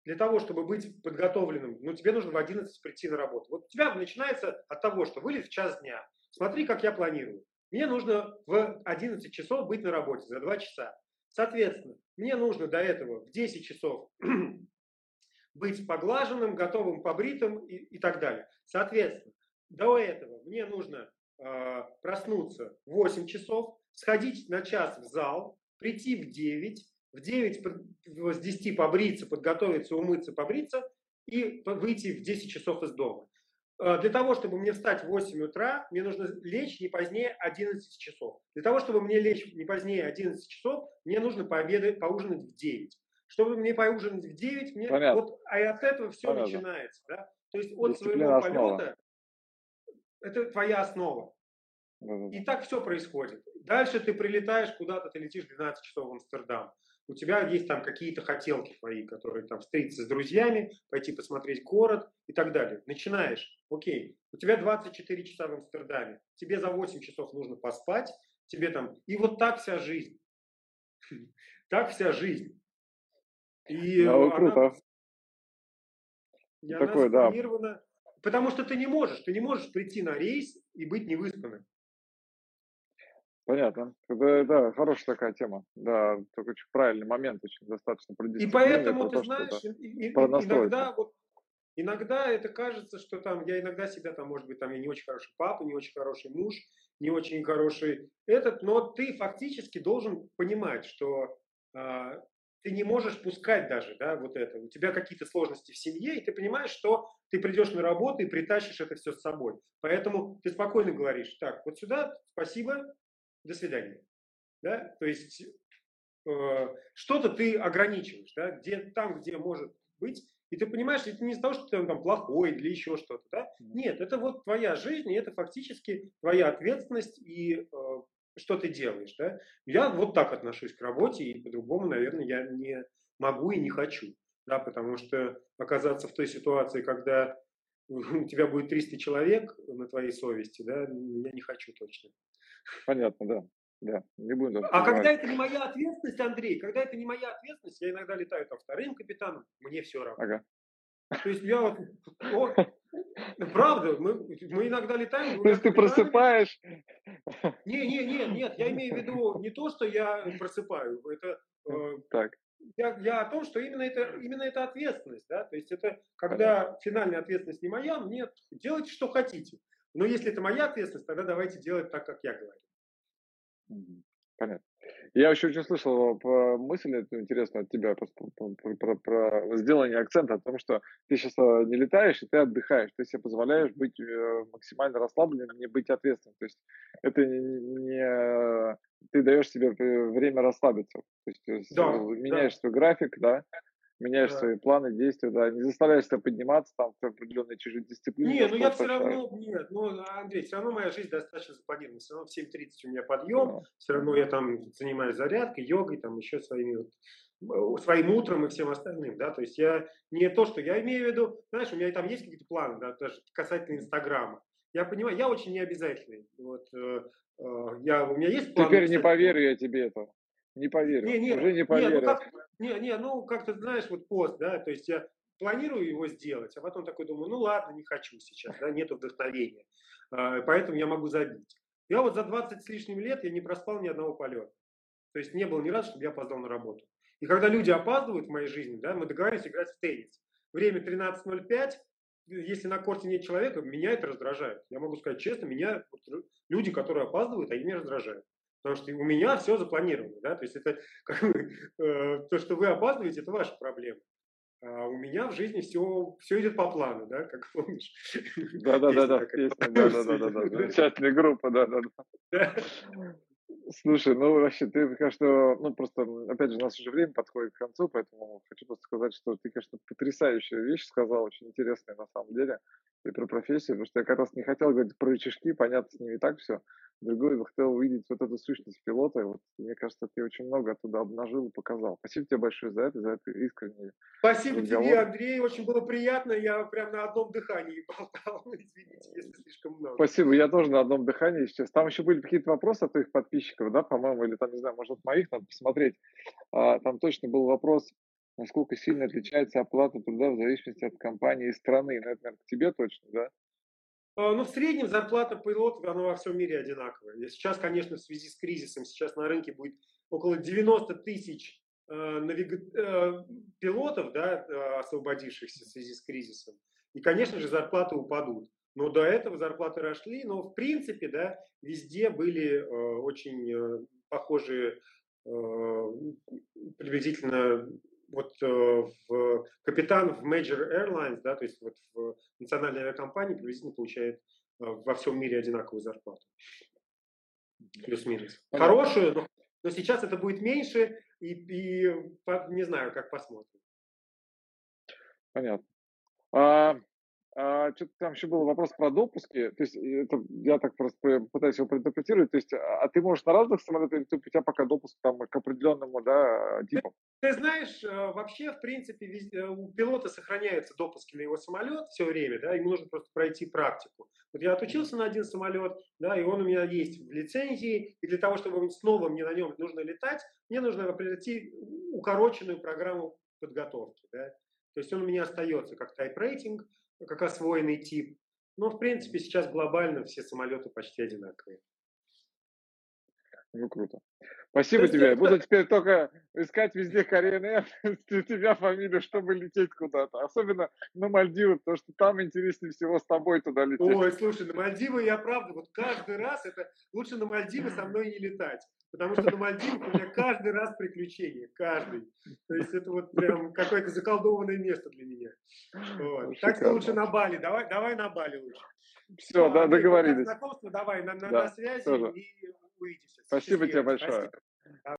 для того, чтобы быть подготовленным, ну, тебе нужно в одиннадцать прийти на работу. Вот у тебя начинается от того, что вылез в час дня. Смотри, как я планирую. Мне нужно в одиннадцать часов быть на работе за два часа. Соответственно, мне нужно до этого в десять часов быть поглаженным, готовым, побритым и, и так далее. Соответственно, до этого мне нужно э, проснуться в восемь часов, сходить на час в зал, прийти в девять, в девять с десяти побриться, подготовиться, умыться, побриться и выйти в десять часов из дома. Для того, чтобы мне встать в восемь утра, мне нужно лечь не позднее одиннадцати часов. Для того, чтобы мне лечь не позднее одиннадцати часов, мне нужно пообедать, поужинать в девять. Чтобы мне поужинать в девять, мне вот, а и от этого все Понятно. Начинается. Да? То есть от Дисциплина своего основа. Полета это твоя основа. Mm-hmm. И так все происходит. Дальше ты прилетаешь куда-то, ты летишь двенадцать часов в Амстердам. У тебя есть там какие-то хотелки твои, которые там встретиться с друзьями, пойти посмотреть город и так далее. Начинаешь, окей, у тебя двадцать четыре часа в Амстердаме, тебе за восемь часов нужно поспать, тебе там, и вот так вся жизнь. Так вся жизнь. И ну, она, круто. и она Такое, запланирована, да. Потому что ты не можешь, ты не можешь прийти на рейс и быть невыспанным. Понятно. Это, да, хорошая такая тема. Да, такой очень правильный момент, очень достаточно про дисциплину. И поэтому, ты то, знаешь, и, и, иногда, вот, иногда это кажется, что там, я иногда себя там, может быть, там я не очень хороший папа, не очень хороший муж, не очень хороший этот, но ты фактически должен понимать, что э, ты не можешь пускать даже, да, вот это. У тебя какие-то сложности в семье, и ты понимаешь, что ты придешь на работу и притащишь это все с собой. Поэтому ты спокойно говоришь, так, вот сюда, спасибо, до свидания. Да? То есть э, что-то ты ограничиваешь, да? Где, там, где может быть. И ты понимаешь, это не из-за того, что ты там плохой или еще что-то. Да? Нет, это вот твоя жизнь, и это фактически твоя ответственность и э, что ты делаешь. Да? Я вот так отношусь к работе, и по-другому, наверное, я не могу и не хочу. Да? Потому что оказаться в той ситуации, когда у тебя будет триста человек на твоей совести, да, я не хочу точно. Понятно, да. Да, не буду. А когда это не моя ответственность, Андрей, когда это не моя ответственность, я иногда летаю там вторым капитаном, мне все равно. Ага. То есть я вот, вот правда, мы, мы иногда летаем. То есть ты просыпаешь? Не, не, не, нет, я имею в виду не то, что я просыпаю, это э, так. Я, я о том, что именно это, именно это ответственность, да, то есть это когда Понятно. Финальная ответственность не моя, мне делайте, что хотите. Но если это моя ответственность, тогда давайте делать так, как я говорю. Понятно. Я еще очень слышал мысль эту интересную от тебя про, про, про, про сделание акцента о том, что ты сейчас не летаешь, и ты отдыхаешь, ты себе позволяешь быть максимально расслабленным, не быть ответственным. То есть это не ты даешь себе время расслабиться. То есть да, меняешь да. свой график, да, меняешь да. свои планы, действия, да, не заставляешь себя подниматься там в определенной чужой дисциплине. Не, ну я все равно, нет, ну, Андрей, все равно моя жизнь достаточно запланирована. Все равно в семь тридцать у меня подъем, да. Все равно я там занимаюсь зарядкой, йогой, там еще своими вот, своим утром и всем остальным, да, то есть я не то, что я имею в виду, знаешь, у меня там есть какие-то планы, да, даже касательно Инстаграма. Я понимаю, я очень необязательный. Вот, э, э, я, у меня есть планы. Теперь не поверю я тебе это. Не поверю. Не, не, уже не поверю. Не, ну, как, не, не, ну как-то, знаешь, вот пост, да, то есть я планирую его сделать, а потом такой думаю, ну ладно, не хочу сейчас, да, нету вдохновения, а, поэтому я могу забить. Я вот за двадцать с лишним лет я не проспал ни одного полета. То есть не было ни разу, чтобы я опоздал на работу. И когда люди опаздывают в моей жизни, да, мы договорились играть в теннис. Время тринадцать ноль пять, если на корте нет человека, меня это раздражает. Я могу сказать честно, меня вот, люди, которые опаздывают, они меня раздражают. Потому что у меня все запланировано, да, то есть это как бы, э, то, что вы опаздываете, это ваша проблема. А у меня в жизни все, все идет по плану, да, как помнишь. Да, да, да, да, песня, да, да, да, да, да, замечательная группа, да, да, да. Слушай, ну вообще, ты, конечно, ну просто, опять же, у нас уже время подходит к концу, поэтому хочу просто сказать, что ты, конечно, потрясающую вещь сказал, очень интересная на самом деле, и про профессию, потому что я как раз не хотел говорить про рычажки, понятно, с ними и так все. Другой, я хотел увидеть вот эту сущность пилота, и вот, мне кажется, ты очень много оттуда обнажил и показал. Спасибо тебе большое за это, за это искренне. Спасибо разговор. Тебе, Андрей, очень было приятно, я прям на одном дыхании болтал, извините, если слишком много. Спасибо, я тоже на одном дыхании сейчас. Там еще были какие-то вопросы от твоих подписчиков, да, по-моему, или там, не знаю, может, от моих, надо посмотреть. А, там точно был вопрос Насколько сильно отличается оплата труда в зависимости от компании и страны? Ну, это, наверное, к тебе точно, да? А, Ну, в среднем зарплата пилотов, она во всем мире одинаковая. И сейчас, конечно, в связи с кризисом, сейчас на рынке будет около девяносто тысяч э, навига- э, пилотов, да, э, освободившихся в связи с кризисом. И, конечно же, зарплаты упадут. Но до этого зарплаты росли, но в принципе, да, везде были э, очень э, похожие э, приблизительно вот э, в капитан в Major Airlines, да, то есть вот в национальной авиакомпании приблизительно получает э, во всем мире одинаковую зарплату. Плюс-минус. Понятно. Хорошую, но, но сейчас это будет меньше, и, и по- не знаю, как посмотрим. Понятно. А, а, что-то там еще был вопрос про допуски. То есть, э, это я так просто пытаюсь его проинтерпретировать. То есть, а а ты можешь на разных самолетах, или ты- у тебя пока допуск там к определенному, да, типу? Ты знаешь, э, вообще, в принципе, вез- э, у пилота сохраняются допуски на его самолет все время, да, ему нужно просто пройти практику. Вот я отучился на один самолет, да, и он у меня есть в лицензии, и для того, чтобы снова мне на нем нужно летать, мне нужно пройти укороченную программу подготовки, да. То есть он у меня остается как type-рейтинг, как освоенный тип. Но, в принципе, сейчас глобально все самолеты почти одинаковые. Ну, круто. То Спасибо есть тебе. это, Буду теперь только искать везде Korean Air, у тебя фамилию, чтобы лететь куда-то. Особенно на Мальдивы, потому что там интереснее всего с тобой туда лететь. ой, слушай, на Мальдивы я правда, вот каждый раз это лучше на Мальдивы со мной не летать. Потому что на Мальдивах у меня каждый раз приключения, каждый. То есть это вот прям какое-то заколдованное место для меня. Вот. Ну, Так что лучше на шикарно. Бали, давай, давай на Бали лучше. Все, Все, да, Андрей, был рад договорились. знакомству, давай на, на, на Да, связи тоже. и увидимся. Спасибо тебе Счастливо, большое. спасибо.